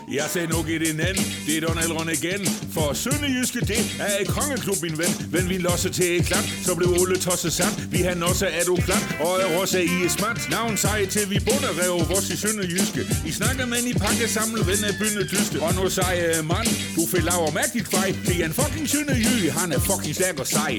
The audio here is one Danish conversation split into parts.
Jeg sagde nu giv det en anden, det er Donald Røn igen. For Sønderjyske, det er et kongeklub, min ven. Men vi losser til et klap, så blev Ole tosset sat. Vi har også er du plat, og er også i smart. Navn sej til vi bunder rev vores i Sønderjyske. I snakker med i pakke sammen, ven af bynde dyste. Og nu sej mand, du får laver mærkeligt fej. Det er en fucking Sønderjy, han er fucking stærk og sej.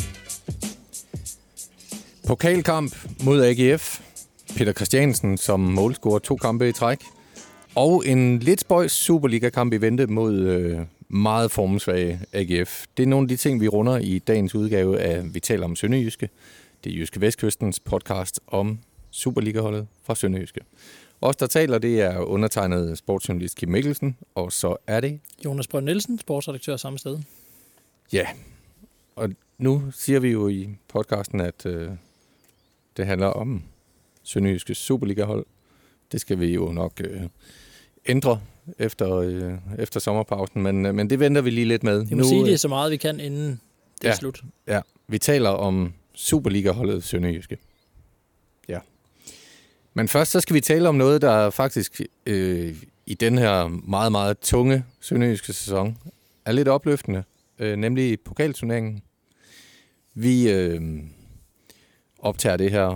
Pokalkamp mod AGF. Peter Christiansen som målscorer 2 kampe i træk. Og en lidt spøjs Superliga-kamp i vente mod meget formsvage AGF. Det er nogle af de ting, vi runder i dagens udgave af Vi taler om Sønderjyske. Det er Jyske Vestkystens podcast om Superliga-holdet fra Sønderjyske. Os, der taler, det er undertegnet sportsjournalist Kim Mikkelsen, og så er det Jonas Brønd Nielsen, sportsredaktør samme sted. Ja, og nu siger vi jo i podcasten, at det handler om Sønderjyskes Superliga-hold. Det skal vi jo nok ændre efter sommerpausen, men det venter vi lige lidt med. Vi må sige det så meget, vi kan, inden det er slut. Ja, vi taler om Superliga-holdet Sønderjyske. Ja. Men først så skal vi tale om noget, der faktisk i den her meget, meget tunge sønderjyske sæson er lidt opløftende, nemlig pokalturneringen. Vi optager det her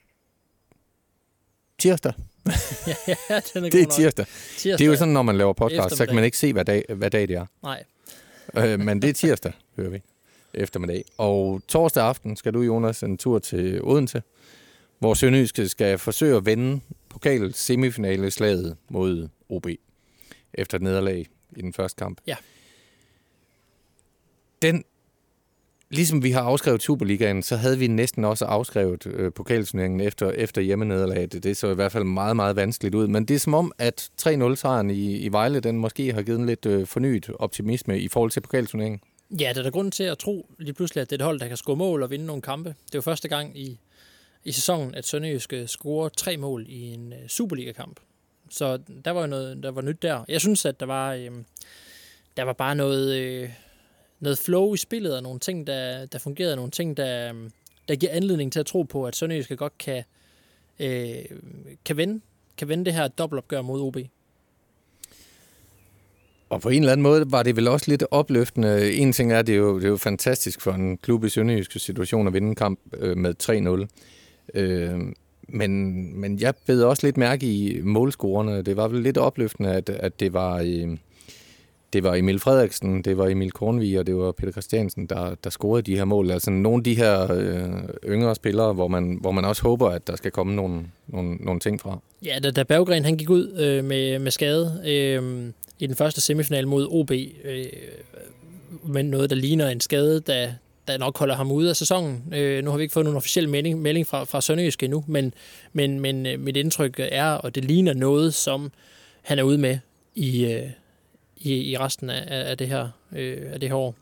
tirsdag. Ja, det er tirsdag. Det er jo sådan, når man laver podcast, så kan man ikke se, hvad dag det er. Nej. Men det er tirsdag, hører vi, eftermiddag. Og torsdag aften skal du, Jonas, en tur til Odense, hvor Sønderjyske skal forsøge at vinde pokal-semifinale-slaget mod OB efter et nederlag i den første kamp. Ja. Ligesom vi har afskrevet Superligaen, så havde vi næsten også afskrevet pokalturneringen efter hjemmenederlaget. Det så i hvert fald meget, meget vanskeligt ud. Men det er som om, at 3-0-sejren i Vejle, den måske har givet en lidt fornyet optimisme i forhold til pokalturneringen. Ja, det er der grund til at tro lige pludselig, at det er et hold, der kan score mål og vinde nogle kampe. Det er jo første gang i sæsonen, at Sønderjyske scorer 3 mål i en Superliga-kamp. Så der var jo noget, der var nyt der. Jeg synes, at der var bare noget flow i spillet, og nogle ting, der fungerede, nogle ting, der giver anledning til at tro på, at Sønderjyske godt kan vinde det her dobbeltopgør mod OB. Og på en eller anden måde var det vel også lidt opløftende. En ting er, det er jo fantastisk for en klub i Sønderjyske situation at vinde en kamp med 3-0. Men jeg bed også lidt mærke i målscorerne. Det var vel lidt opløftende, at det var Emil Frederiksen, det var Emil Kornvig, og det var Peter Christiansen, der scorede de her mål. Altså nogle af de her yngre spillere, hvor man også håber, at der skal komme nogle ting fra. Ja, da Berggren han gik ud med skade i den første semifinal mod OB, men noget, der ligner en skade, der nok holder ham ude af sæsonen. Nu har vi ikke fået nogen officiel melding fra Sønderjyske endnu, men mit indtryk er, og det ligner noget, som han er ude med i resten af det her år.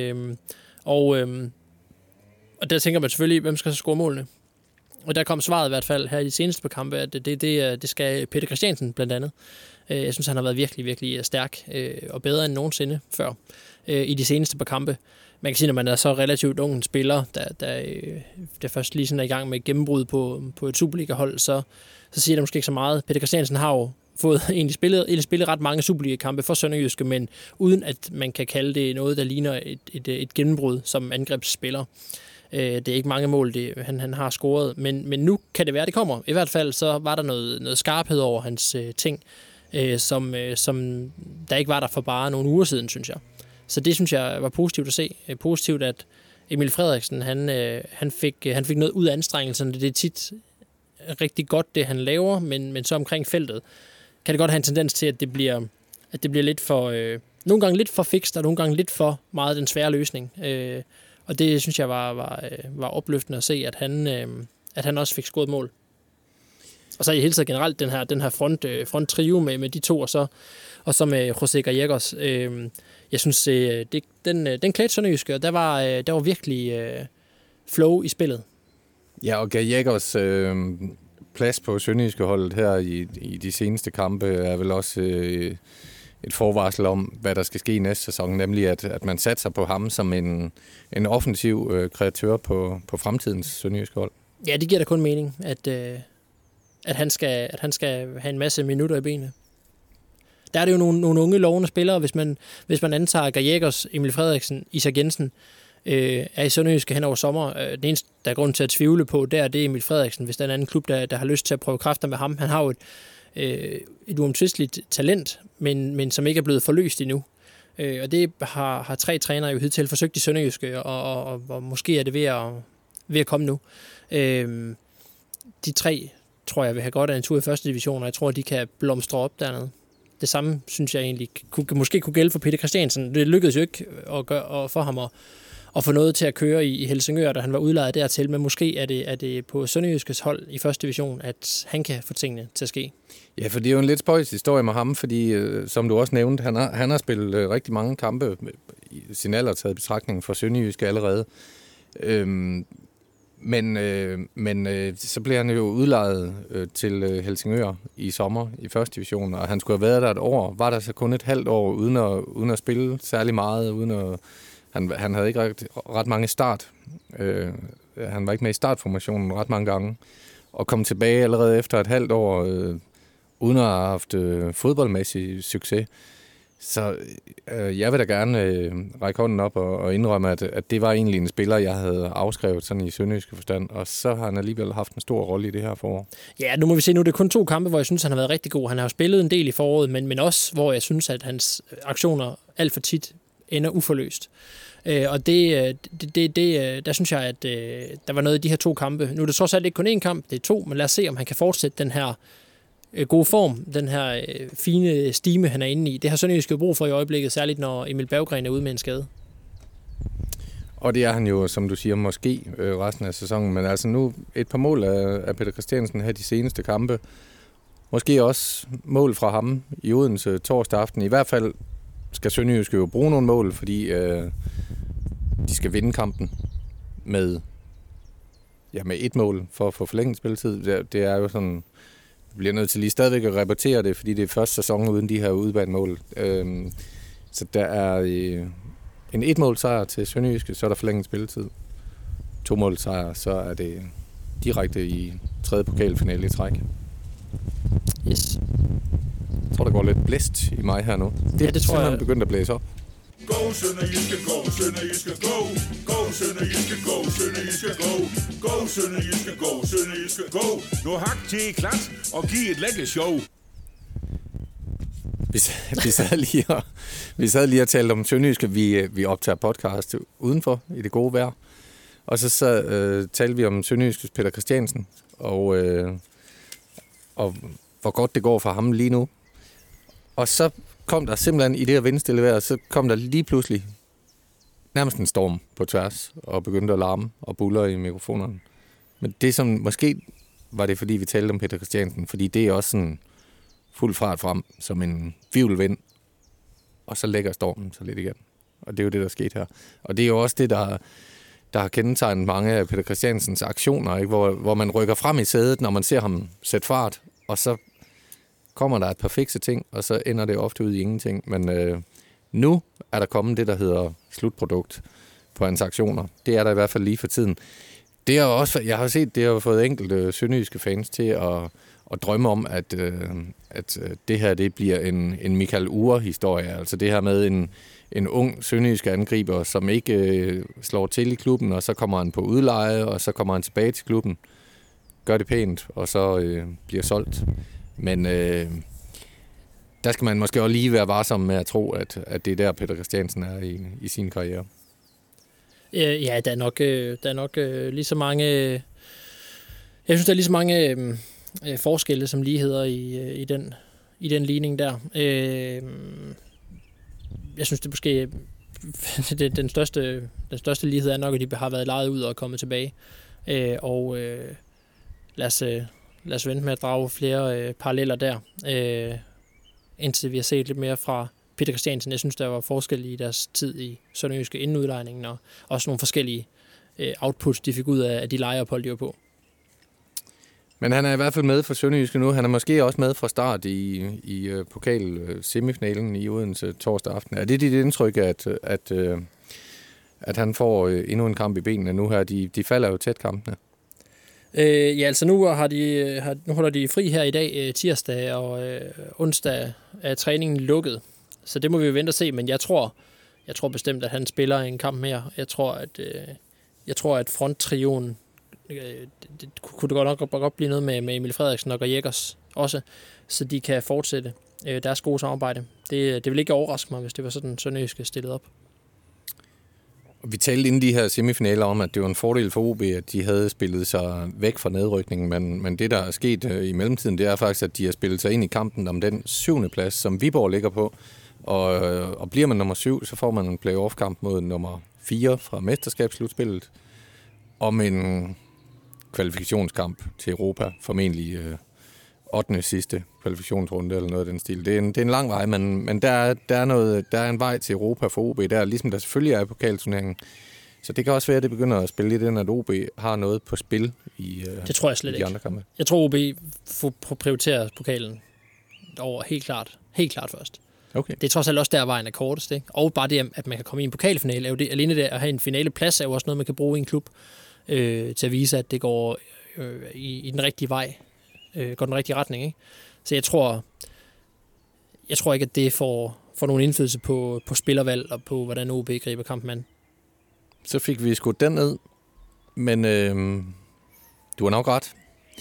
Og der tænker man selvfølgelig, hvem skal så score målene? Og der kom svaret i hvert fald her i de seneste par kampe, at det skal Peter Christiansen blandt andet. Jeg synes, han har været virkelig, virkelig stærk og bedre end nogensinde før i de seneste par kampe. Man kan sige, når man er så relativt ung en spiller, der først lige sådan er i gang med gennembrud på et Superliga-hold, så siger det måske ikke så meget. Peter Christiansen har jo fået egentlig spillet ret mange Superliga-kampe for Sønderjyske, men uden at man kan kalde det noget, der ligner et gennembrud som angrebsspiller. Det er ikke mange mål, han har scoret, men nu kan det være, det kommer. I hvert fald så var der noget skarphed over hans ting, som der ikke var der for bare nogle uger siden, synes jeg. Så det synes jeg var positivt at se. Positivt, at Emil Frederiksen han fik noget ud af anstrengelserne. Det er tit rigtig godt, det han laver, men så omkring feltet kan det godt have en tendens til, at det bliver lidt for nogle gange lidt for fikst, og nogle gange lidt for meget den svære løsning. Og det synes jeg var opløftende at se, at han også fik scoret mål. Og så i hele tiden generelt den her front trio med de to, og så med José Gallegos. Jeg synes, den klædte Sønderjyske, og der var virkelig flow i spillet. Ja, og Gallegos plads på Sønderjyske-holdet her i de seneste kampe er vel også et forvarsel om, hvad der skal ske i næste sæson, nemlig at man satser på ham som en offensiv kreatør på fremtidens Sønderjyske-hold. Ja, det giver da kun mening, at han skal have en masse minutter i benene. der er det jo nogle unge lovende spillere, hvis man antager Gajekos, Emil Frederiksen, Isak Jensen, er i Sønderjyske hen over sommer. Det eneste, der er grund til at tvivle på, det er Emil Frederiksen, hvis der er en anden klub, der har lyst til at prøve kræfter med ham. Han har jo et uomtvisteligt talent, men som ikke er blevet forløst endnu. Og det har 3 trænere jo hidtil forsøgt i Sønderjyske, og måske er det ved at komme nu. De 3, tror jeg, vil have godt af en tur i første division, og jeg tror, de kan blomstre op dernede. Det samme, synes jeg egentlig, måske kunne gælde for Peter Christiansen. Det lykkedes jo ikke for ham at få noget til at køre i Helsingør, da han var udlejet dertil, men måske er det på Sønderjyskes hold i første division, at han kan få tingene til at ske. Ja, for det er jo en lidt spøjs historie med ham, fordi som du også nævnte, han har spillet rigtig mange kampe i sin alder taget betragtning for Sønderjyske allerede. Men så blev han jo udlejet til Helsingør i sommer i første division, og han skulle have været der et år. Var der så kun et halvt år uden at spille særlig meget, han havde ikke ret mange start. Han var ikke med i startformationen ret mange gange, og kom tilbage allerede efter et halvt år, uden at have haft fodboldmæssig succes. Så jeg vil da gerne række hånden op og indrømme, at det var egentlig en spiller, jeg havde afskrevet sådan i sønderjyske forstand, og så har han alligevel haft en stor rolle i det her forår. Ja, nu må vi se, nu er det kun 2 kampe, hvor jeg synes, han har været rigtig god. Han har jo spillet en del i foråret, men også, hvor jeg synes, at hans aktioner alt for tit ender uforløst. Og der synes jeg, at der var noget i de her 2 kampe. Nu er det så ikke kun 1 kamp, det er 2, men lad os se, om han kan fortsætte den her gode form, den her fine stime, han er inde i. Det har Sønderjyske jo brug for i øjeblikket, særligt når Emil Berggren er ude med en skade. Og det er han jo, som du siger, måske resten af sæsonen, men altså nu et par mål af Peter Christiansen her de seneste kampe. Måske også mål fra ham i Odense torsdag aften. I hvert fald skal Sønderjyske jo bruge nogle mål, fordi de skal vinde kampen med 1 mål for at få forlænget spilletid. Det er jo sådan, vi bliver nødt til lige stadigvæk at repetere det, fordi det er første sæson uden de her udbanemål. Så der er en 1-mål sejr til Sønderjyske, så er der forlænget spilletid. 2 mål sejr, så er det direkte i 3. pokalfinale i træk. Yes. Jeg tror, der går lidt blæst i mig her nu. Det tror jeg begyndt at blæse op. Go Sønderjyske, go Sønderjyske, go! Go Sønderjyske, go Sønderjyske, go! Go Sønderjyske, go Sønderjyske, go! Nu hak til klat og giv et lækkert show. Vi sad lige og talte om Sønderjyske. Vi optager podcast udenfor i det gode vejr. Og så talte vi om Sønderjyskes Peter Christiansen og hvor godt det går for ham lige nu. Og så kom der simpelthen i det her vindstille vejr, så kom der lige pludselig nærmest en storm på tværs, og begyndte at larme og buller i mikrofonerne. Men det som måske var det, fordi vi talte om Peter Christiansen, fordi det er også sådan fuld fart frem, som en hvirvelvind, og så lægger stormen så lidt igen. Og det er jo det, der skete her. Og det er jo også det, der har kendetegnet mange af Peter Christiansens aktioner, ikke? Hvor man rykker frem i sædet, når man ser ham sætte fart, og så kommer der et par fikse ting, og så ender det ofte ud i ingenting. Men nu er der kommet det, der hedder slutprodukt på hans aktioner. Det er der i hvert fald lige for tiden. Det er også, jeg har set, det har fået enkelte sønderjyske fans til at drømme om, at det her det bliver en Michael Uhre-historie. Altså det her med en ung sønderjyske angriber, som ikke slår til i klubben, og så kommer han på udleje, og så kommer han tilbage til klubben, gør det pænt, og så bliver solgt. Men der skal man måske også lige være varsom med at tro, at det er der, Peter Christiansen er i sin karriere. Ja, der er nok lige så mange... Jeg synes, der er lige så mange forskelle som ligheder i den ligning der. Jeg synes, det måske... Den største lighed er nok, at de har været lejet ud og er kommet tilbage. Lad os vente med at drage flere paralleller der, indtil vi har set lidt mere fra Peter Christiansen. Jeg synes, der var forskel i deres tid i Sønderjyske inden udlejningen, og også nogle forskellige outputs, de fik ud af de lejeophold, de var på. Men han er i hvert fald med for Sønderjyske nu. Han er måske også med fra start i pokal-semifinalen i Odense torsdag aften. Er det dit indtryk, at han får endnu en kamp i benene nu her? De falder jo tæt kampene. Ja, altså nu holder de fri her i dag, tirsdag og onsdag er træningen lukket. Så det må vi jo vente og se, men jeg tror bestemt, at han spiller en kamp mere. Jeg tror, at fronttrioen, det kunne det godt blive noget med Emil Frederiksen og Jækkers også, så de kan fortsætte deres gode samarbejde. Det vil ikke overraske mig, hvis det var sådan, Sønderjyske stillet op. Vi talte inden de her semifinaler om, at det var en fordel for OB, at de havde spillet sig væk fra nedrykningen, men det, der er sket i mellemtiden, det er faktisk, at de har spillet sig ind i kampen om den 7. plads, som Viborg ligger på. Og bliver man nummer 7, så får man en playoff-kamp mod nummer 4 fra mesterskabsslutspillet, om en kvalifikationskamp til Europa, formentlig 8. sidste kvalifikationsrunde eller noget af den stil. Det er en lang vej, men der er en vej til Europa for OB, der ligesom der selvfølgelig er i pokalturneringen. Så det kan også være, at det begynder at spille lidt ind, at OB har noget på spil i det tror jeg slet de andre kampe. Jeg tror, OB prioriterer pokalen over helt klart først. Okay. Det er trods alt også der, vejen er kortest, ikke? Og bare det, at man kan komme i en pokalfinale, er jo det, alene det at have en finaleplads, er jo også noget, man kan bruge i en klub til at vise, at det går i den rigtige vej, går den rigtige retning, ikke? Så jeg tror ikke, at det får nogen indflydelse på spillervalg og på, hvordan OB griber kampen an. Så fik vi skudt den ned, men du har nok ret.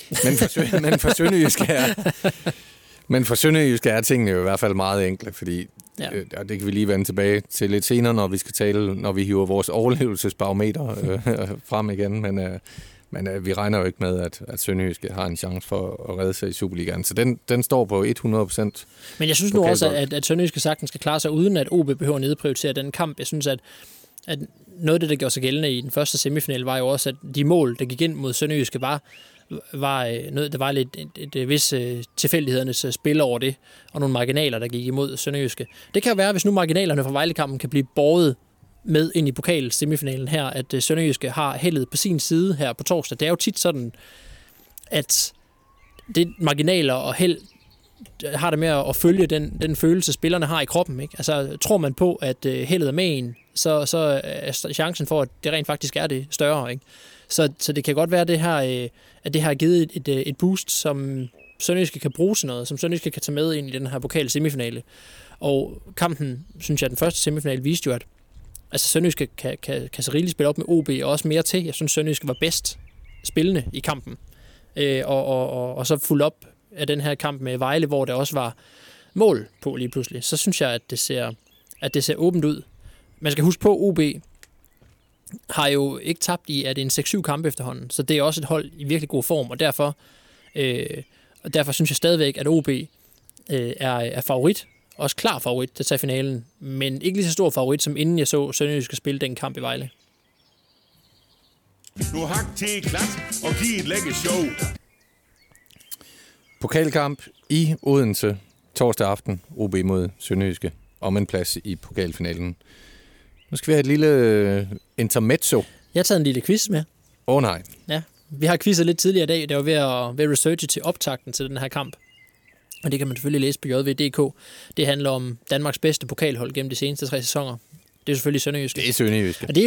Men for Sønderjyske er tingene jo i hvert fald meget enkle, fordi og det kan vi lige vende tilbage til lidt senere, når vi skal tale, når vi hiver vores overlevelsesbarometer frem igen, men vi regner jo ikke med, at Sønderjyske har en chance for at redde sig i Superligaen, så den står på 100%. Men jeg synes nu også, at Sønderjyske sagtens skal klare sig, uden at OB behøver at nedprioritere den kamp. Jeg synes, at noget af det, der gjorde sig gældende i den første semifinal, var jo også, at de mål, der gik ind mod Sønderjyske, var noget, der var lidt et vis tilfældighedernes spil over det, og nogle marginaler, der gik imod Sønderjyske. Det kan jo være, hvis nu marginalerne fra Vejle-kampen kan blive båret med ind i pokal-semifinalen her, at Sønderjyske har heldet på sin side her på torsdag. Det er jo tit sådan, at det marginaler og held har det med at følge den følelse, spillerne har i kroppen, ikke? Altså, tror man på, at heldet er med en, så er chancen for, at det rent faktisk er det større, ikke? Så det kan godt være, at det har givet et boost, som Sønderjyske kan bruge til noget, som Sønderjyske kan tage med ind i den her pokal-semifinale. Og kampen, synes jeg, den første semifinale viste jo, at altså Sønderjyske kan så rigeligt spille op med OB, og også mere til. Jeg synes, Sønderjyske var bedst spillende i kampen. Og så fuldt op af den her kamp med Vejle, hvor der også var mål på lige pludselig. Så synes jeg, at det ser åbent ud. Man skal huske på, OB har jo ikke tabt i, at det er en 6-7 kamp efterhånden, så det er også et hold i virkelig god form, og derfor synes jeg stadigvæk, at OB er favorit, også klar favorit til at tage finalen, men ikke lige så stor favorit, som inden jeg så Sønderjyske spille den kamp i Vejle. Nu hak til klat og giv et lækkert show. Pokalkamp i Odense torsdag aften, OB mod Sønderjyske, om en plads i pokalfinalen. Nu skal vi have et lille intermezzo. Jeg har taget en lille quiz med. Nej. Ja, vi har quizet lidt tidligere i dag. Det var ved at researche til optakten til den her kamp. Og det kan man selvfølgelig læse på JV.dk. Det handler om Danmarks bedste pokalhold gennem de seneste 3 sæsoner. Det er selvfølgelig Sønderjyske. Det er Sønderjyske. Og det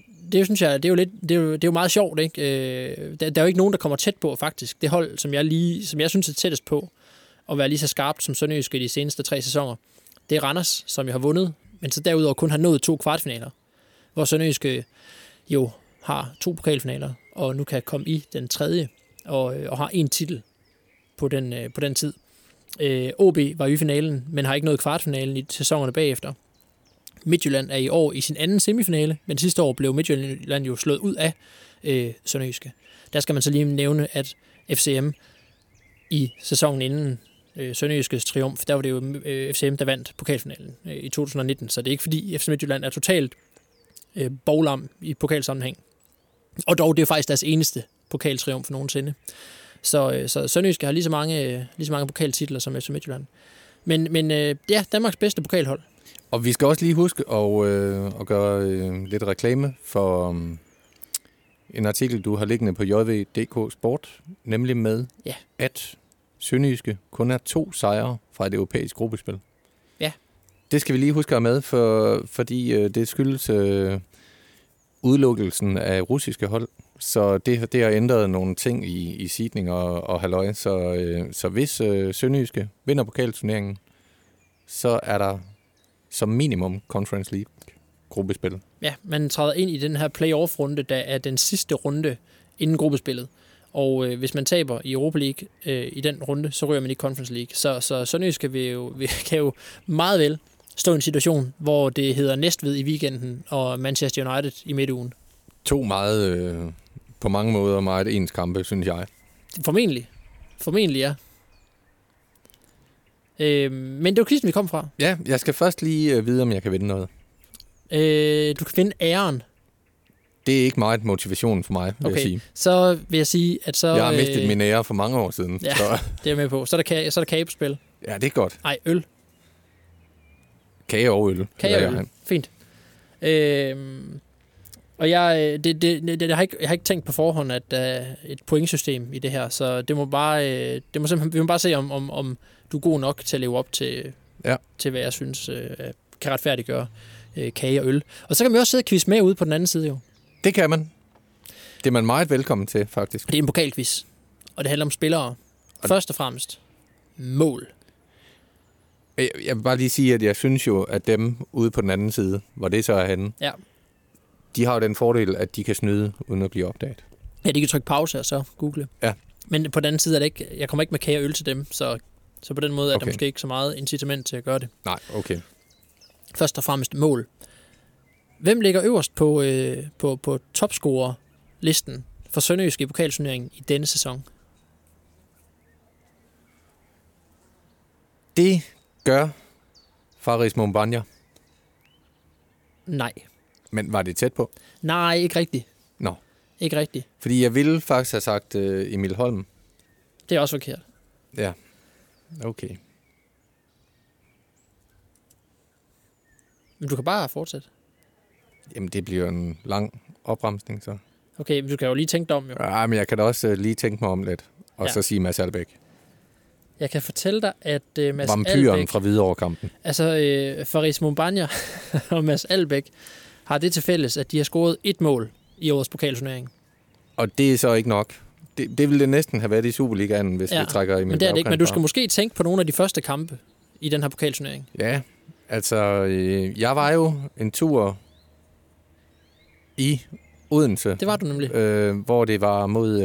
er jo meget sjovt, ikke? Der er jo ikke nogen, der kommer tæt på, faktisk. Det hold, som jeg synes er tættest på at være lige så skarpt som Sønderjyske de seneste 3 sæsoner, det er Randers, som jeg har vundet, men så derudover kun har nået 2 kvartfinaler, hvor Sønderjyske jo har 2 pokalfinaler, og nu kan komme i den 3. og har 1 titel på den tid. OB var i finalen, men har ikke nået kvartfinalen i sæsonerne bagefter. Midtjylland er i år i sin anden semifinale, men sidste år blev Midtjylland jo slået ud af Sønderjyske. Der skal man så lige nævne, at FCM i sæsonen inden Sønderjyskes triumf, der var det jo FCM, der vandt pokalfinalen i 2019, så det er ikke fordi FC Midtjylland er totalt boglam i pokalsammenhæng. Og dog, det er faktisk deres eneste pokaltriumf nogensinde. Så Sønderjyske har lige så mange pokaltitler som FC Midtjylland. Men ja, Danmarks bedste pokalhold. Og vi skal også lige huske at gøre lidt reklame for en artikel, du har liggende på JV.dk Sport, nemlig med, at Sønderjyske kun er 2 sejre fra et europæisk gruppespil. Ja. Det skal vi lige huske at have med, fordi det skyldes udelukkelsen af russiske hold Så det har ændret nogle ting i seedning og halløj. Så hvis Sønderjyske vinder pokalturneringen, så er der som minimum Conference League gruppespil. Ja, man træder ind i den her playoff-runde, der er den sidste runde inden gruppespillet. Og hvis man taber i Europa League i den runde, så ryger man i Conference League. Så Sønderjyske kan jo meget vel stå i en situation, hvor det hedder Næstved i weekenden og Manchester United i midtugen. 2 meget, på mange måder meget ens kampe, synes jeg. Formentlig, ja. Men det var quizzen, vi kom fra. Ja, jeg skal først lige vide, om jeg kan vinde noget. Du kan finde æren. Det er ikke meget motivation for mig, vil jeg sige. Så vil jeg sige, at så... Jeg har mistet min ære for mange år siden. Ja, så. Det er jeg med på. Så er der kage på spil. Ja, det er godt. Nej, øl. Kage og øl. Kage og øl. Fint. Og jeg har ikke tænkt på forhånd, at der er et pointsystem i det her, så det må vi må bare se, om du er god nok til at leve op til hvad jeg synes kan retfærdiggøre kage og øl. Og så kan man også sidde og quiz med ude på den anden side jo. Det kan man. Det er man meget velkommen til, faktisk. Det er en pokalquiz, og det handler om spillere. Først og fremmest mål. Jeg vil bare lige sige, at jeg synes jo, at dem ude på den anden side, hvor det så er henne, de har jo den fordel, at de kan snyde, uden at blive opdaget. Ja, de kan trykke pause og så google. Ja. Men på den anden side er det ikke, jeg kommer ikke med kage og øl til dem, så på den måde er der måske ikke så meget incitament til at gøre det. Nej, okay. Først og fremmest mål. Hvem ligger øverst på topscorer-listen for Sønderjyske i pokalturneringen i denne sæson? Det gør Faris Mumbanya. Nej. Men var det tæt på? Nej, ikke rigtigt. Nå. Ikke rigtigt. Fordi jeg ville faktisk have sagt Emil Holm. Det er også forkert. Ja. Okay. Men du kan bare fortsætte. Jamen, det bliver en lang opremsning, så. Okay, men du kan jo lige tænke dig om, jo. Ja, men jeg kan da også lige tænke mig om lidt. Og så sige Mads Albeck. Jeg kan fortælle dig, at Mads Vampyren Albeck... fra Hvidovre-kampen. Altså, Faris Mumbanya og Mads Albeck har det til fælles, at de har scoret 1 mål i årets pokalturnering. Og det er så ikke nok. Det ville det næsten have været i Superligaen, hvis vi trækker i min men det er det ikke. Men du skal måske tænke på nogle af de første kampe i den her pokalturnering. Ja, altså, jeg var jo en tur i Odense. Det var du nemlig. Hvor det var mod...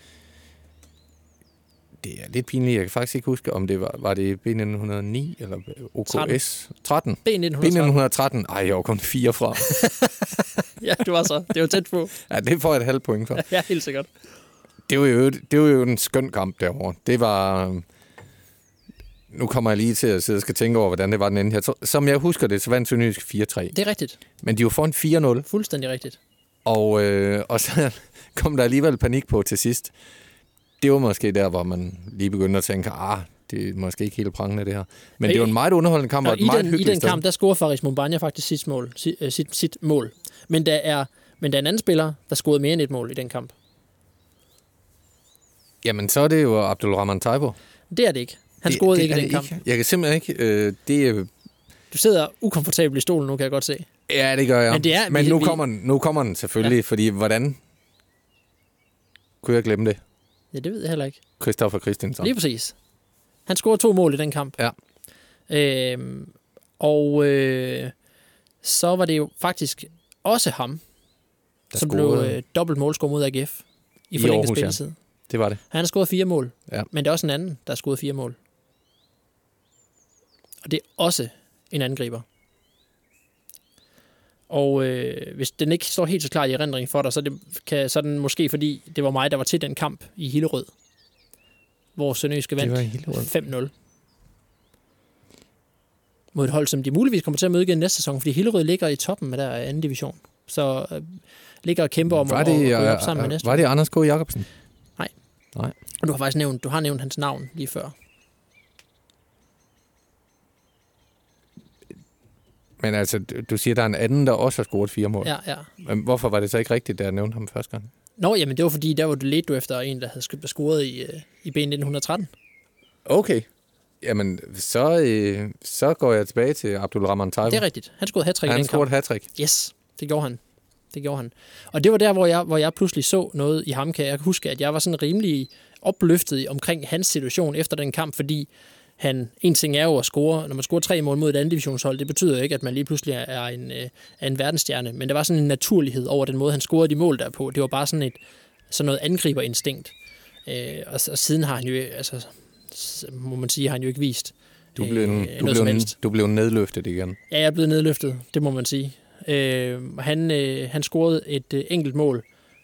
det er lidt pinligt. Jeg kan faktisk ikke huske, om det var det B1909 eller OKS 13. B1913. Ej, jeg var kun 4 fra. Ja, du var så. Det var tæt på. Ja, det får jeg et halvt point for. Ja, helt sikkert. Det var jo en skøn kamp derovre. Det var... Nu kommer jeg lige til at sidde og skal tænke over, hvordan det var den ende her. Som jeg husker det, så vandt Sønderjysk 4-3. Det er rigtigt. Men de var foran 4-0. Fuldstændig rigtigt. Og så kom der alligevel panik på til sidst. Det var måske der, hvor man lige begyndte at tænke, det er måske ikke helt prangende det her. Men det var en meget underholdende kamp, og et meget hyggeligt sted. I den kamp, der scorede Faris Mumbanya faktisk sit mål. Men der er en anden spiller, der scorede mere end 1 mål i den kamp. Jamen, så er det jo Abdulrahman Taibo. Det er det ikke. Han scorede ikke i den kamp. Ikke. Jeg kan simpelthen ikke... Du sidder ukomfortabelt i stolen nu, kan jeg godt se. Ja, det gør jeg. Men nu kommer den selvfølgelig, fordi hvordan kunne jeg glemme det? Ja, det ved jeg heller ikke. Christoffer Christensen. Lige præcis. Han scorede 2 mål i den kamp. Ja. Så var det jo faktisk også ham, som blev dobbelt målscore mod AGF i forlænget spilletid. Ja. Det var det. Han har scoret 4 mål, ja. Men det er også en anden, der har scoret 4 mål. Og det er også en angriber. Og hvis den ikke står helt så klart i erindring for dig, så er den måske fordi, det var mig, der var til den kamp i Hillerød, hvor Sønderjyske vandt 5-0. Mod et hold, som de muligvis kommer til at møde igen næste sæson, fordi Hillerød ligger i toppen med der anden division. Så ligger og kæmper om at gå op sammen med næste. Var det Anders K. Jacobsen? Nej. Og du har faktisk nævnt hans navn lige før. Men altså, du siger, der er en anden, der også har scoret 4 mål. Ja. Men hvorfor var det så ikke rigtigt, da jeg nævnte ham første gang? Nå, jamen det var fordi, der var du ledte efter en, der havde scoret i B1913. Okay. Jamen, så går jeg tilbage til Abdulrahman Taibo. Det er rigtigt. Han scorede hat-trick i den kamp. Han scorede hat-trick. Yes, det gjorde han. Det gjorde han. Og det var der, hvor jeg pludselig så noget i ham. Jeg kan huske, at jeg var sådan rimelig opløftet omkring hans situation efter den kamp, fordi en ting er jo at score, når man scorer 3 mål mod et andet divisionshold, det betyder jo ikke, at man lige pludselig er en verdensstjerne, men der var sådan en naturlighed over den måde, han scorede de mål derpå. Det var bare sådan noget angriberinstinkt. Og siden har han jo, altså, må man sige, har han jo ikke vist Du blev nedløftet igen. Ja, jeg er blevet nedløftet, det må man sige. Han scorede et enkelt mål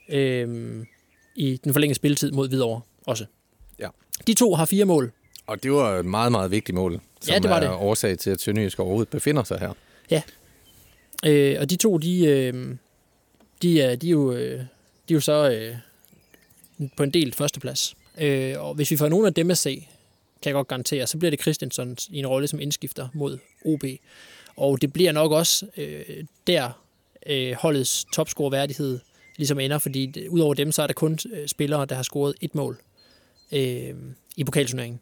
i den forlængede spilletid mod Hvidovre også. Ja. De 2 har 4 mål. Og det var et meget, meget vigtigt mål, som det var er årsag til, at Sønderjysk overhovedet befinder sig her. Ja. Og de 2, de er jo så på en delt førsteplads. Og hvis vi får nogen af dem at se, kan jeg godt garantere, så bliver det Christensen i en rolle som indskifter mod OB. Og det bliver nok også holdets topscoreværdighed ligesom ender, fordi udover dem, så er der kun spillere, der har scoret 1 mål i pokalturneringen.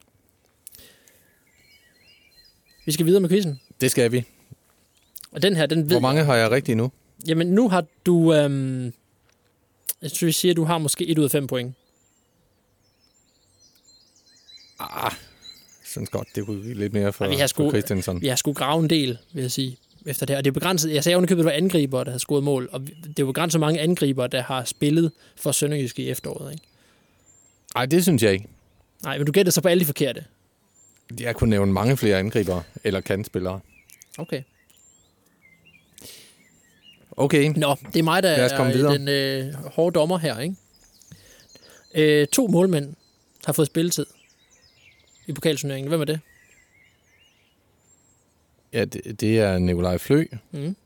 Vi skal videre med quizzen. Det skal vi. Og den her, den ved Hvor mange har jeg rigtigt nu? Jamen, nu har du... jeg tror, vi siger, at du har måske 1 ud af 5 point. Sådan godt. Det kunne give lidt mere for Christensen. Vi har sgu grave en del, vil jeg sige, efter det her. Og det er begrænset... Jeg sagde underkøbet, at det var angriber, der har scoret mål. Og det er jo begrænset mange angriber, der har spillet for Sønderjyske i efteråret, ikke? Nej, det synes jeg ikke. Nej, men du gætter så på alle de forkerte. Jeg kunne nævne mange flere angriber eller kantspillere. Okay. Nå, det er mig, der er den hårde dommer her, ikke? 2 målmænd har fået spilletid i pokalturneringen. Hvem er det? Ja, det er Nikolaj Flø. Mm.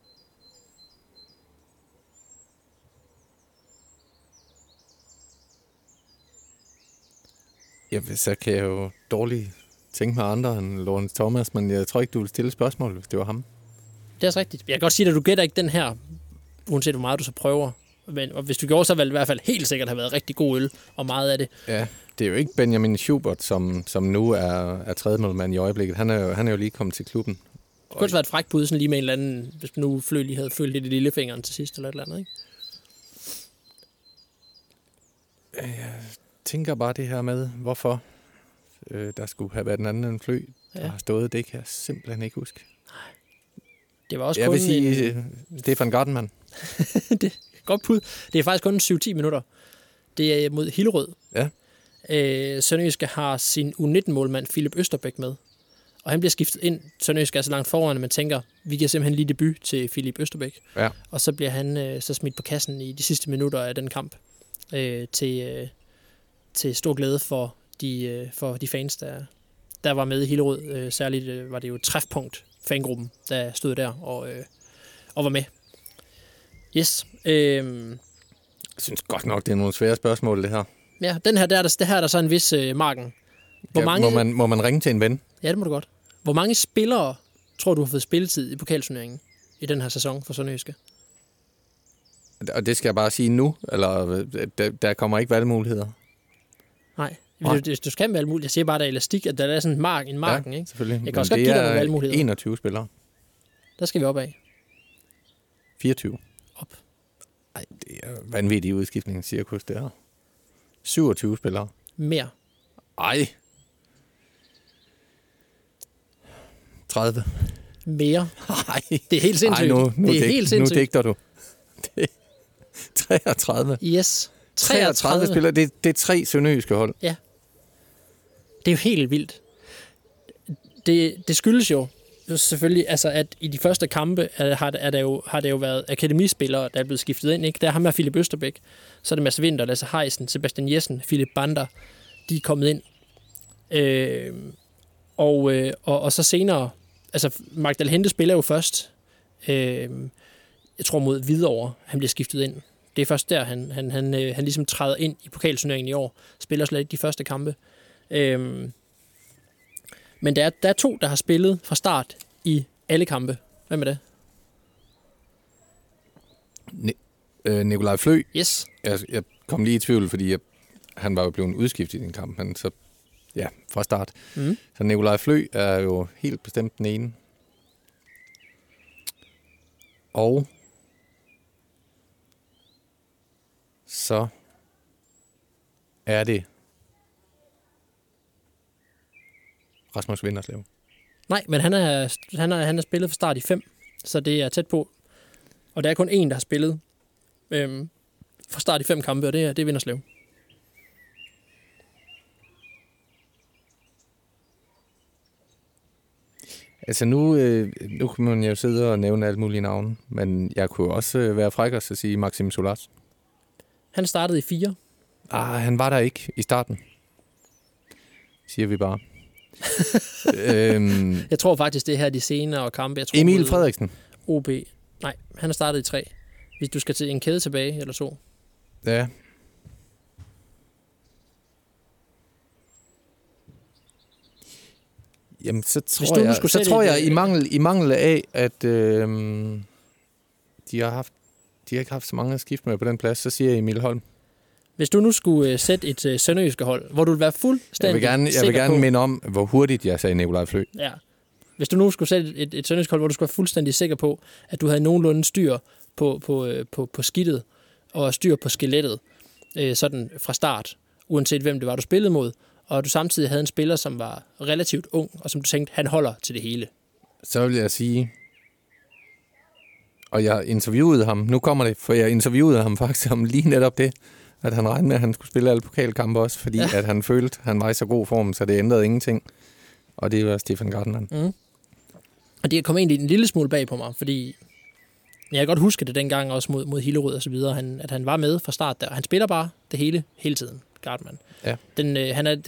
Ja, så kan jeg jo dårligt tænke mig andre end Lawrence Thomas, men jeg tror ikke, du ville stille spørgsmål, hvis det var ham. Det er også rigtigt. Jeg kan godt sige, at du gætter ikke den her, uanset hvor meget du så prøver. Men og hvis du gjorde, så ville det i hvert fald helt sikkert have været rigtig god øl, og meget af det. Ja, det er jo ikke Benjamin Schubert, som nu er tredjemålmand i øjeblikket. Han er jo lige kommet til klubben. Det kunne også være et frækt bud, sådan lige med en eller anden, hvis nu Flø lige havde følt lidt i lillefingeren til sidst, eller et eller andet, ikke? Jeg tænker bare det her med, hvorfor der skulle have været en anden end Flø, der har stået. Det kan jeg simpelthen ikke huske. Det var også jeg vil sige Stefan Gartenmann. Det er godt bud. Det er faktisk kun 7-10 minutter. Det er mod Hillerød. Ja. Sønderjyske har sin U19-målmand Philip Østerbæk med. Og han bliver skiftet ind. Sønderjyske er så langt foran, at man tænker, vi giver simpelthen lige debut til Philip Østerbæk. Ja. Og så bliver han så smidt på kassen i de sidste minutter af den kamp. Til stor glæde for de fans, der var med i Hillerød. Særligt var det jo et træfpunkt, fangruppen, der stod der og var med. Yes. Jeg synes godt nok, det er nogle svære spørgsmål, det her. Ja, det her er der så en vis marken. Må man ringe til en ven? Ja, det må du godt. Hvor mange spillere tror du har fået spilletid i pokalturneringen i den her sæson for Sønderjyske? Og det skal jeg bare sige nu, eller der kommer ikke valgmuligheder? Nej. Du skal med valgmuligheder. Jeg siger bare, at der er elastik, at der er sådan en marken, ja, ikke? Selvfølgelig. Jeg kan også godt give dig nogle valgmuligheder. 21 spillere. Der skal vi op af. 24. Op. Ej, det er vanvittig udskiftningscirkus, det her. 27 spillere. Mere. Ej. 30. Mere. Ej. Det er helt sindssygt. Ej, det er helt sindssygt. Nu digter du. Det er 33. Yes. 33 spillere. Det er 3 sønderjyske hold. Ja. Det er jo helt vildt. Det skyldes jo selvfølgelig, altså at i de første kampe har det jo været akademispillere, der er blevet skiftet ind. Ikke? Der er ham her Philip Østerbæk, så er det Mads Vinter, Lasse Heisen, Sebastian Jessen, Philip Bander. De er kommet ind. Og så senere, altså Magdal Hente spiller jo først, jeg tror mod Hvidovre, han bliver skiftet ind. Det er først der, han ligesom træder ind i pokalturneringen i år. Spiller slet ikke de første kampe. Men der er 2, der har spillet fra start i alle kampe. Hvem er det? Nikolaj Flø. Yes. Jeg kom lige i tvivl, fordi han var jo blevet udskiftet i den kamp, men så fra start. Mm. Så Nikolaj Flø er jo helt bestemt den ene. Og så er det Rasmus Vinderslev. Nej, men han er spillet fra start i 5, så det er tæt på. Og der er kun en, der har spillet fra start i 5 kampe, og det er Vinderslev. Altså nu kan man jo sidde og nævne alle mulige navne, men jeg kunne også være fræk og sige Maxim Solas. Han startede i 4. Han var der ikke i starten, siger vi bare. Jeg tror faktisk, det er her de senere kampe. Jeg tror, Emil Frederiksen. OB. Nej, han har startet i 3. Hvis du skal til en kæde tilbage, eller 2. Ja. Jamen, så tror jeg i mangel af, at de har ikke haft så mange skift med på den plads, så siger jeg Emil Holm. Hvis du nu skulle sætte et sønderjyske hold, hvor du vil være fuldstændig jeg vil gerne minde om, hvor hurtigt jeg sagde Nikolaj Flø. Ja. Hvis du nu skulle sætte et sønderjyske hold, hvor du skulle være fuldstændig sikker på, at du havde nogenlunde styr på skidtet og styr på skelettet, sådan fra start, uanset hvem det var, du spillede mod, og du samtidig havde en spiller, som var relativt ung, og som du tænkte, han holder til det hele. Så vil jeg sige, og jeg interviewede ham, nu kommer det, for jeg interviewede ham faktisk om lige netop det, at han regnede med, at han skulle spille alle pokalkampe også, fordi at han følte, at han var i så god form, så det ændrede ingenting. Og det var Stefan Gardner. Mm. Og det kom egentlig en lille smule bag på mig, fordi jeg kan godt huske det dengang også mod Hillerød og så videre, at han var med fra start der. Han spiller bare det hele tiden, Gardman. Ja. Han er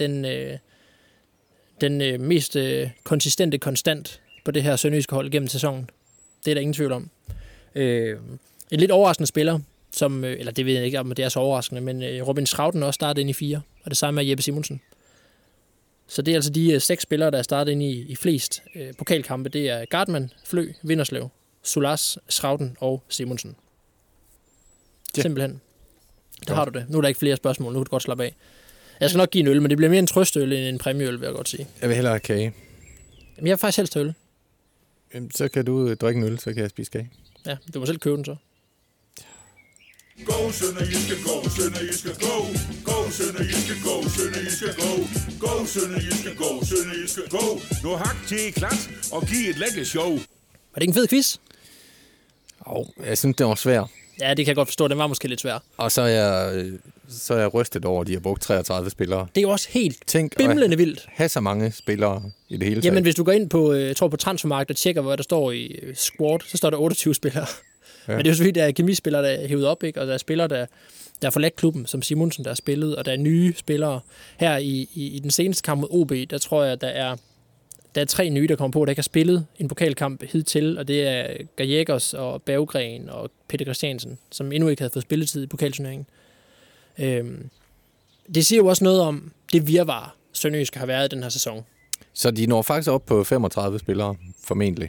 den mest konsistente konstant på det her sønderjyske hold gennem sæsonen. Det er der ingen tvivl om. En lidt overraskende spiller, som, eller det ved jeg ikke, om det er så overraskende, men Robin Schrauden også startede ind i 4, og det samme med Jeppe Simonsen. Så det er altså de 6 spillere, der er startet ind i flest pokalkampe. Det er Gardman, Flø, Vinderslev, Solas, Schrauden og Simonsen. Ja. Simpelthen. Der har du det. Nu er der ikke flere spørgsmål, nu kan du godt slappe af. Jeg skal nok give en øl, men det bliver mere en trøstøl end en præmieøl, vil jeg godt sige. Jeg vil hellere have kage. Jamen, jeg har faktisk helst øl. Jamen, så kan du drikke en øl, så kan jeg spise kage. Ja, du må selv købe den så. Go, Sønderjyske, go, Sønderjyske, go. Go, Sønderjyske, go, Sønderjyske, go. Go, Sønderjyske, go, Sønderjyske, go. Nu hak til klat og giv et lækker show. Var det ikke en fed quiz? Jeg synes, det var svær. Ja, det kan jeg godt forstå. Den var måske lidt svær. Og så er jeg rystet over, at de har brugt 33 spillere. Det er jo også helt bimlende vildt. Have så mange spillere i det hele taget. Jamen, hvis du går ind på, jeg tror på Transfermarkt og tjekker, hvad der står i squad, så står der 28 spillere. Ja. Men det er jo selvfølgelig, der er kemispillere, der er hævet op, ikke? Og der er spillere, der har forladt klubben, som Simonsen, der har spillet, og der er nye spillere. Her i den seneste kamp mod OB, der tror jeg, der er 3 nye, der kommer på, der ikke har spillet en pokalkamp hidtil, og det er Gajekos og Berggren og Peter Christiansen, som endnu ikke havde fået spilletid i pokalturneringen. Det siger jo også noget om det virvar, Sønderjyske har været i den her sæson. Så de når faktisk op på 35 spillere, formentlig.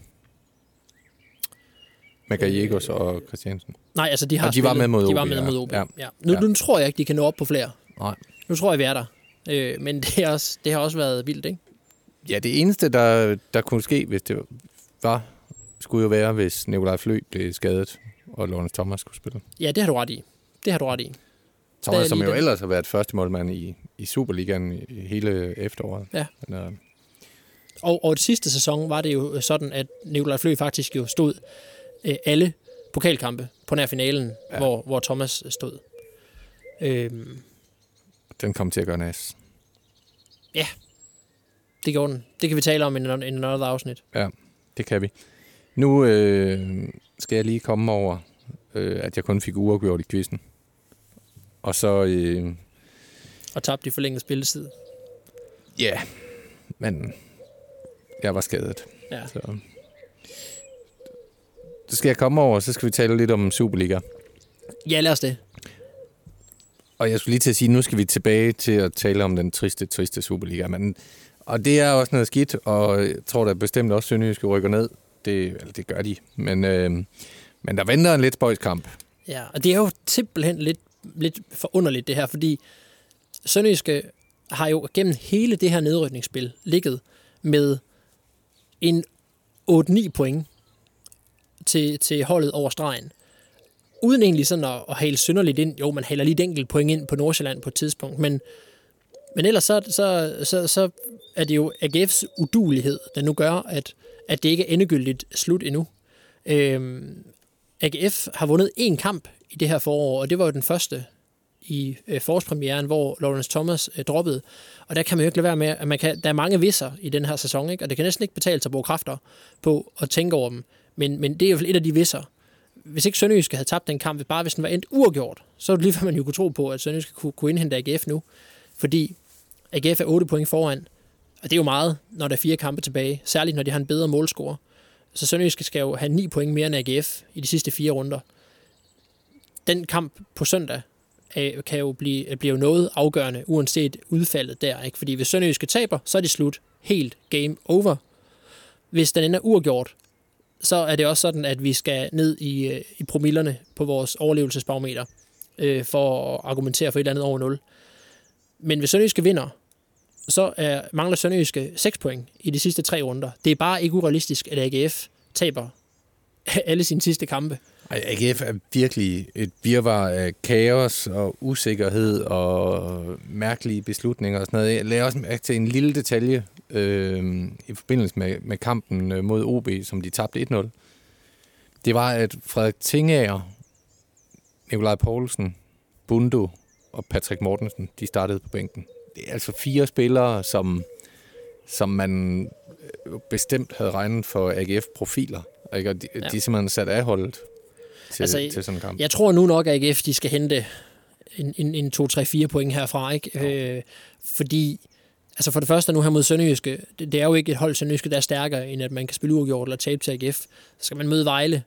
Med Gajekos og Christiansen. Nej, altså de var med mod OB. De var med mod OB. Ja. Nu tror jeg ikke, de kan nå op på flere. Nej. Nu tror jeg, vi er der. Men det har også været vildt, ikke? Ja, det eneste, der kunne ske, hvis det var, skulle jo være, hvis Nikolaj Flø blev skadet, og Lawrence Thomas skulle spille. Ja, det har du ret i. Thomas, som jo ellers har været første målmand i Superligaen i hele efteråret. Ja. Men, og det sidste sæson var det jo sådan, at Nikolaj Flø faktisk jo stod alle pokalkampe på nær finalen, hvor Thomas stod. Den kom til at gøre nas. Ja, det gjorde den. Det kan vi tale om i en anden afsnit. Ja, det kan vi. Nu skal jeg lige komme over, at jeg kun fik uafgjort i quizzen. Og så... og tabte i forlænget spilletid. Ja, men jeg var skadet. Ja. Så skal jeg komme over, så skal vi tale lidt om Superliga. Ja, lad os det. Og jeg skulle lige til at sige, nu skal vi tilbage til at tale om den triste Superliga. Og det er også noget skidt, og jeg tror da bestemt også Sønderjyske rykker ned. Det gør de. Men der venter en lidt spøjskamp. Ja, og det er jo simpelthen lidt forunderligt det her, fordi Sønderjyske har jo gennem hele det her nedrykningsspil ligget med en 8-9 point til holdet over stregen. uden egentlig sådan at hale synderligt ind. Jo, man haler lige et enkelt point ind på Nordsjælland på et tidspunkt, men ellers så er det jo AGF's uduelighed, der nu gør, at det ikke er endegyldigt slut endnu. AGF har vundet 1 kamp i det her forår, og det var jo den første i forårspremieren, hvor Lawrence Thomas droppede. Og der kan man jo ikke lade være med, at der er mange visser i den her sæson, ikke? Og det kan næsten ikke betale sig at bruge kræfter på at tænke over dem. Men det er jo et af de visser. Hvis ikke Sønderjyske havde tabt den kamp, bare hvis den var endt uafgjort, så er det lige før man jo kunne tro på, at Sønderjyske kunne indhente AGF nu. Fordi AGF er 8 point foran, og det er jo meget, når der er 4 kampe tilbage, særligt når de har en bedre målscore. Så Sønderjyske skal jo have 9 point mere end AGF i de sidste 4 runder. Den kamp på søndag kan jo blive noget afgørende, uanset udfaldet der, ikke? Fordi hvis Sønderjyske taber, så er det slut. Helt game over. Hvis den ender uafgjort, så er det også sådan, at vi skal ned i promillerne på vores overlevelsesbarometer for at argumentere for et eller andet over 0. Men hvis Sønderjyske vinder, så mangler Sønderjyske 6 point i de sidste 3 runder. Det er bare ikke urealistisk, at AGF taber alle sine sidste kampe. AGF er virkelig et virvar af kaos og usikkerhed og mærkelige beslutninger og sådan noget. Jeg lagde også mærke til en lille detalje i forbindelse med kampen mod OB, som de tabte 1-0. Det var, at Frederik Tingager, Nikolaj Poulsen, Bundo og Patrick Mortensen, de startede på bænken. Det er altså 4 spillere, som man bestemt havde regnet for AGF-profiler. Ikke? Og de er simpelthen sat af holdet til sådan en kamp. Jeg tror nu nok, at AGF de skal hente en 2-3-4 point herfra. Ikke? Fordi altså for det første nu her mod Sønderjyske, det er jo ikke et hold Sønderjyske, der er stærkere, end at man kan spille uafgjort eller tabe til AGF. Så skal man møde Vejle,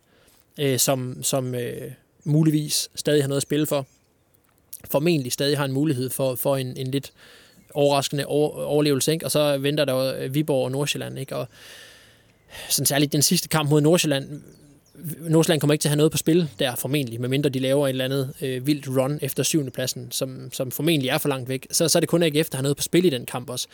som muligvis stadig har noget at spille for. Formentlig stadig har en mulighed for en lidt overraskende overlevelse, ikke? Og så venter der jo Viborg og Nordsjælland, ikke? Og sådan særligt den sidste kamp mod Nordsjælland kommer ikke til at have noget på spil der formentlig, medmindre de laver et eller andet vildt run efter 7. pladsen, som formentlig er for langt væk. Så er det kun AGF, der har noget på spil i den kamp også.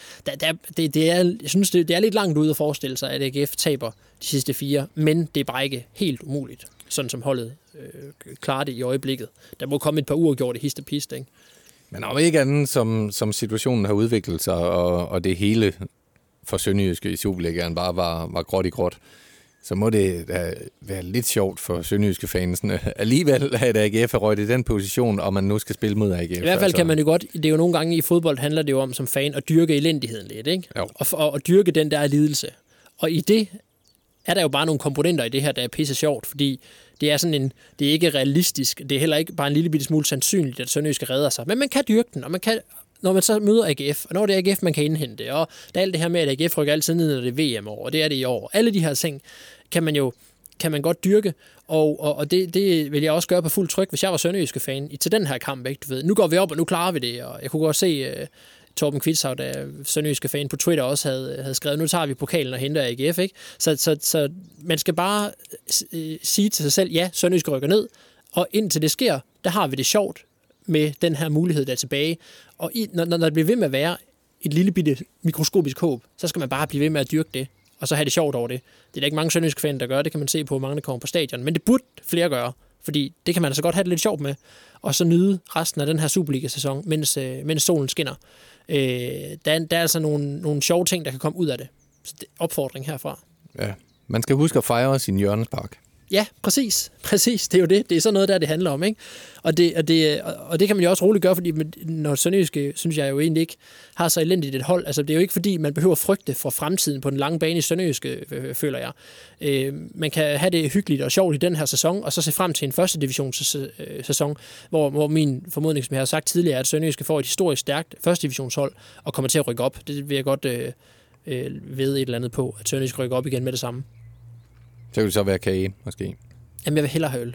Jeg synes, det er lidt langt ude at forestille sig, at AGF taber de sidste 4, men det er bare ikke helt umuligt, sådan som holdet klarer det i øjeblikket. Der må komme et par uafgjorte hist og pist, ikke? Men om ikke andet, som situationen har udviklet sig, og det hele for Sønderjyske i Superligaen bare var gråt i gråt, så må det være lidt sjovt for Sønderjyske fansen alligevel, at AGF er røget i den position, og man nu skal spille mod AGF. I hvert fald kan man jo godt, det er jo nogle gange i fodbold, handler det jo om som fan at dyrke elendigheden lidt, ikke? Og dyrke den der lidelse. Og i det er der jo bare nogle komponenter i det her, der er pisse sjovt, fordi det er sådan det er ikke realistisk, det er heller ikke bare en lille bitte smule sandsynligt, at Sønderjyske redder sig, men man kan dyrke den, og man kan, når man så møder AGF, og når det er AGF, man kan indhente, og der er alt det her med, at AGF rykker altid ned, når det er VM år, og det er det i år. Alle de her ting kan man godt dyrke, og det vil jeg også gøre på fuld tryk, hvis jeg var Sønderjyske fan til den her kamp, ikke? Du ved, nu går vi op, og nu klarer vi det, og jeg kunne godt se Torben Kvitshav, der Sønderjyske fan på Twitter også havde skrevet, nu tager vi pokalen og henter AGF, ikke? Så man skal bare sige til sig selv, ja, Sønderjyske rykker ned, og indtil det sker, der har vi det sjovt med den her mulighed, der er tilbage. Og når det bliver ved med at være et lille bitte mikroskopisk håb, så skal man bare blive ved med at dyrke det, og så have det sjovt over det. Det er der ikke mange Sønderjyske fan, der gør, det kan man se på, mange der kommer på stadion, men det burde flere gøre, fordi det kan man altså godt have det lidt sjovt med, og så nyde resten af den her Superliga-sæson, mens solen skinner. Der er altså nogle sjove ting, der kan komme ud af det. Så det er opfordring herfra. Ja, man skal huske at fejre sin hjørnespark. Ja, præcis. Det er jo det. Det er sådan noget, der det handler om, ikke? Og det kan man jo også roligt gøre, fordi når Sønderjyske, synes jeg jo egentlig ikke, har så elendigt et hold. Altså, det er jo ikke, fordi man behøver frygte for fremtiden på den lange bane i Sønderjyske, føler jeg. Man kan have det hyggeligt og sjovt i den her sæson, og så se frem til en første divisionssæson, hvor min formodning, som jeg har sagt tidligere, er, at Sønderjyske får et historisk stærkt første divisionshold og kommer til at rykke op. Det vil jeg godt ved et eller andet på, at Sønderjyske rykker op igen med det samme. Så kan det så være kage, måske? Jamen, jeg vil hellere have øl.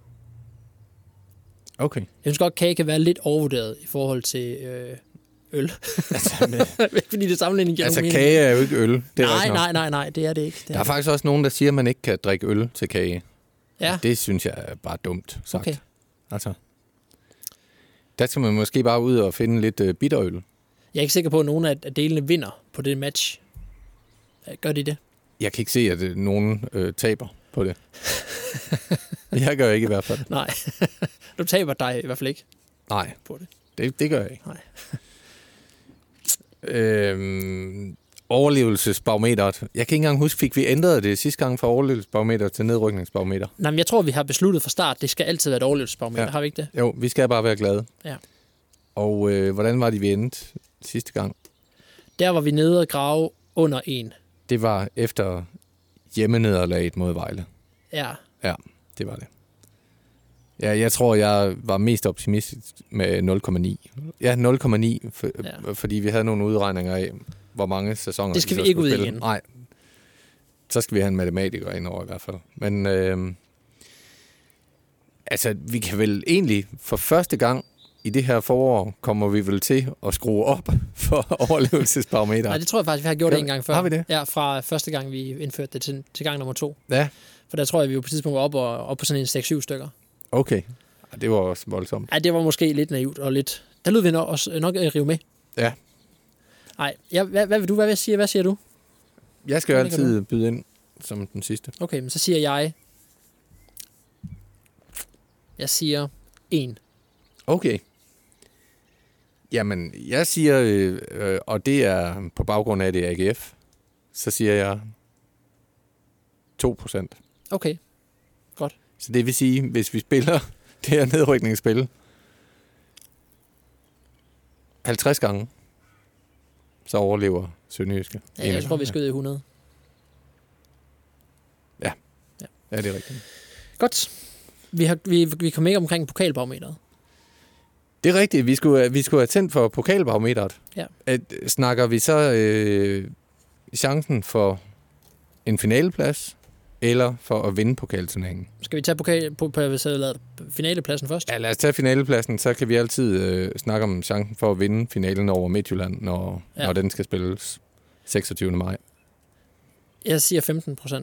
Okay. Jeg synes godt, kage kan være lidt overvurderet i forhold til øl. Fordi det sammenligning giver mening. Kage er jo ikke øl. Det er nej, det er det ikke. Der er faktisk også nogen, der siger, at man ikke kan drikke øl til kage. Ja. Det synes jeg er bare dumt sagt. Okay. Altså, der skal man måske bare ud og finde lidt bitterøl. Jeg er ikke sikker på, at nogen af delene vinder på det match. Gør de det? Jeg kan ikke se, at nogen taber. på det. Jeg gør ikke i hvert fald. Nej. Du taber dig i hvert fald ikke Nej, på det. det gør jeg ikke. Nej. Overlevelsesbarometeret. Jeg kan ikke engang huske, fik vi ændret det sidste gang fra overlevelsesbarometer til nedrykningsbarometer? Nej, men jeg tror, vi har besluttet fra start, det skal altid være et overlevelsesbarometer. Ja. Har vi ikke det? Jo, vi skal bare være glade. Ja. Og hvordan var det, vi endte sidste gang? Der var vi nede og grave under 1. Det var efter hjemmenederlaget mod Vejle. Ja. Ja, det var det. Ja, jeg tror, jeg var mest optimistisk med 0,9. Ja, 0,9, fordi vi havde nogle udregninger af, hvor mange sæsoner... Det skal vi ikke ud i igen. Nej, så skal vi have en matematiker indover i hvert fald. Men altså, vi kan vel egentlig for første gang i det her forår, kommer vi vel til at skrue op for overlevelsesbarometer. Nej, det tror jeg faktisk, vi har gjort det en gang før. Har vi det? Ja, fra første gang, vi indførte det til gang nummer 2. Ja. For der tror jeg, vi jo på et tidspunkt var op på sådan en 6-7 stykker. Okay. Det var også voldsomt. Ja, det var måske lidt naivt og lidt... Der lød vi nok rive med. Ja. Nej, hvad vil du? Hvad siger du? Jeg skal jo altid byde ind som den sidste. Okay, men så siger jeg... Jeg siger 1. Okay. Jamen, jeg siger, og det er på baggrund af det AGF, så siger jeg 2%. Okay, godt. Så det vil sige, hvis vi spiller det her nedrykningsspil 50 gange, så overlever Sønderjyske. Ja, jeg tror, vi skal ud i 100. Ja, det er rigtigt. Godt. Vi kom ikke omkring pokalbarometeret. Det er rigtigt. Vi skulle have tændt for pokalbarometeret. Ja. Snakker vi så chancen for en finaleplads, eller for at vinde pokalturneringen? Skal vi tage finalepladsen først? Ja, lad os tage finalepladsen, så kan vi altid snakke om chancen for at vinde finalen over Midtjylland, når den skal spilles 26. maj. Jeg siger 15%.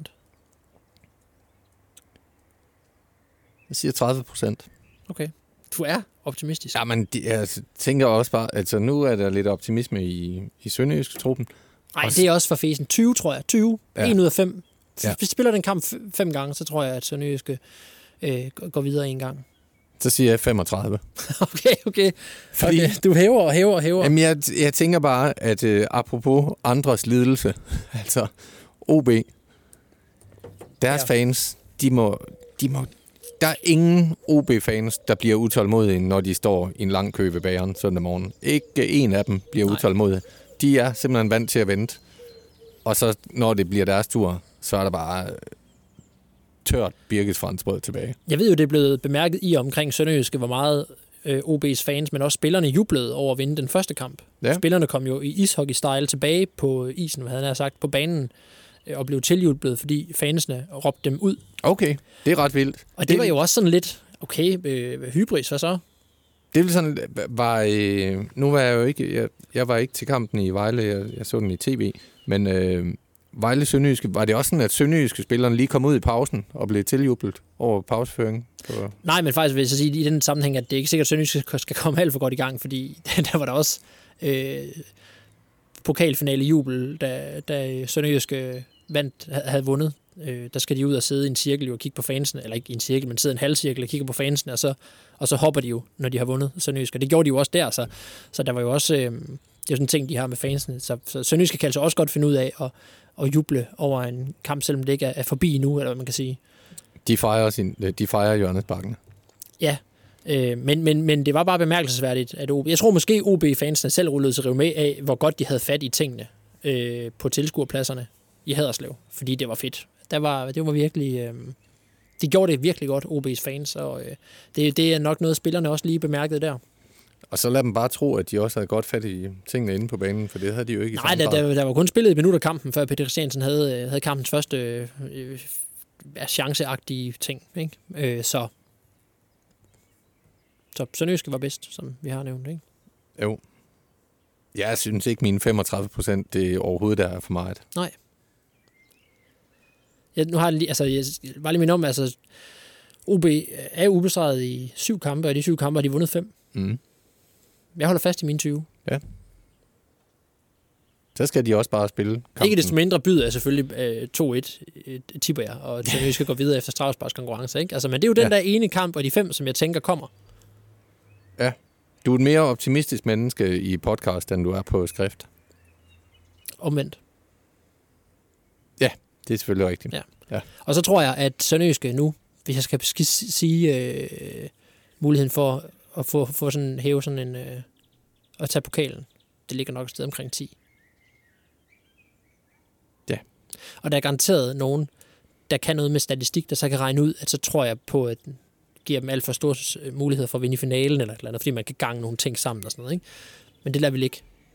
Jeg siger 30%. Okay. Du er optimistisk. Ja, men jeg tænker også bare, altså nu er der lidt optimisme i Sønderjyske-truppen. Nej, det er også for fesen. 20, tror jeg. 20. Ja. 1 ud af 5. Ja. Hvis vi spiller den kamp 5 gange, så tror jeg, at Sønderjyske går videre en gang. Så siger jeg 35. Okay. Fordi, du hæver. Jamen, jeg tænker bare, at apropos andres lidelse, altså OB, deres fans, de må... Der er ingen OB-fans, der bliver utålmodige, når de står i en lang kø ved bageren søndag morgen. Ikke en af dem bliver utålmodige. De er simpelthen vant til at vente. Og så, når det bliver deres tur, så er der bare tørt birkesfranskbrød tilbage. Jeg ved jo, det er blevet bemærket i omkring Sønderjyske, hvor meget OB's fans, men også spillerne jublede over at vinde den første kamp. Ja. Spillerne kom jo i ishockey-style tilbage på isen, hvad han har sagt, på banen, og blev tiljublet, fordi fansene råbte dem ud. Okay, det er ret vildt. Og det var jo også sådan lidt, hybris, hvad så? Det ville sådan, nu var jeg jo ikke, jeg var ikke til kampen i Vejle, jeg så den i tv, men Vejle Sønderjyske, var det også sådan, at Sønderjyske spillerne lige kom ud i pausen og blev tiljublet over pauseføringen? Nej, men faktisk vil jeg så sige i den sammenhæng, at det er ikke sikkert, at Sønderjyske skal komme alt for godt i gang, fordi der var der også pokalfinale jubel, da Sønderjyske havde vundet. Der skal de ud og sidde i en cirkel og kigge på fansene, eller ikke i en cirkel, men sidde i en halvcirkel og kigge på fansene, og så hopper de jo, når de har vundet Sønderjyske. Det gjorde de jo også der, så der var jo også, det er jo sådan en ting, de har med fansene. Så Sønderjyske kan altså også godt finde ud af at juble over en kamp, selvom det ikke er forbi nu, eller hvad man kan sige. De fejrer Jørgensbakken. Ja, men det var bare bemærkelsesværdigt, at jeg tror måske OB-fansene selv rullede sig med af, hvor godt de havde fat i tingene på tilskuerpladserne i Haderslev, fordi det var fedt. Det var virkelig... De gjorde det virkelig godt, OB's fans, og det er nok noget, spillerne også lige bemærkede der. Og så lad dem bare tro, at de også havde godt fat i tingene inde på banen, for det havde de jo ikke i samme grad. Der var kun spillet et minut af kampen, før Peter Christiansen havde kampens første chanceagtige ting. Ikke? Så Sønderjyske var bedst, som vi har nævnt, ikke? Jo. Jeg synes ikke, mine 35% det overhovedet er for meget. Nej. Nu har jeg bare lige minde om, OB er ubesejret i 7 kampe, og de 7 kampe har de vundet 5. Mm. Jeg holder fast i mine 20. Ja. Så skal de også bare spille kampen. Ikke desto mindre byder jeg selvfølgelig 2-1 tipper jeg, og vi skal gå videre efter straffesparkskonkurrence, ikke? Altså, men det er jo den der ene kamp, og de 5, som jeg tænker kommer. Ja. Du er et mere optimistisk menneske i podcast, end du er på skrift. Omvendt. Ja, det er selvfølgelig rigtigt. Ja. Og så tror jeg, at Sønderjyske nu, hvis jeg skal sige muligheden for at få sådan, hæve sådan en... at tage pokalen, det ligger nok et sted omkring 10. Ja. Og der er garanteret nogen, der kan noget med statistik, der så kan regne ud, at så tror jeg på, at giver dem alt for store muligheder for at vinde i finalen, eller et eller andet, fordi man kan gange nogle ting sammen og sådan noget, ikke? Men det lader vi ligge.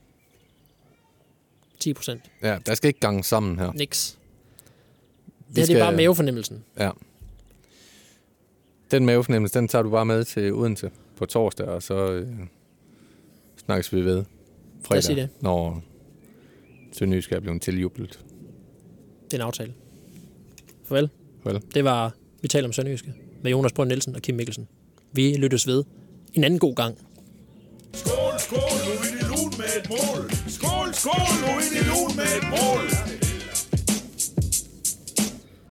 10%. Ja, der skal ikke gange sammen her. Niks. Det er bare mavefornemmelsen. Ja. Den mavefornemmelse, den tager du bare med til Odense på torsdag, og så snakkes vi ved fredag, når Sønderjyske er blevet tiljublet. Det er en aftale. Farvel. Farvel. Det var Vi taler om Sønderjyske med Jonas Brønd Nielsen og Kim Mikkelsen. Vi lyttes ved en anden god gang. Skål, skål, nu er det lun med et mål. Skål, skål, nu er det lun med et mål.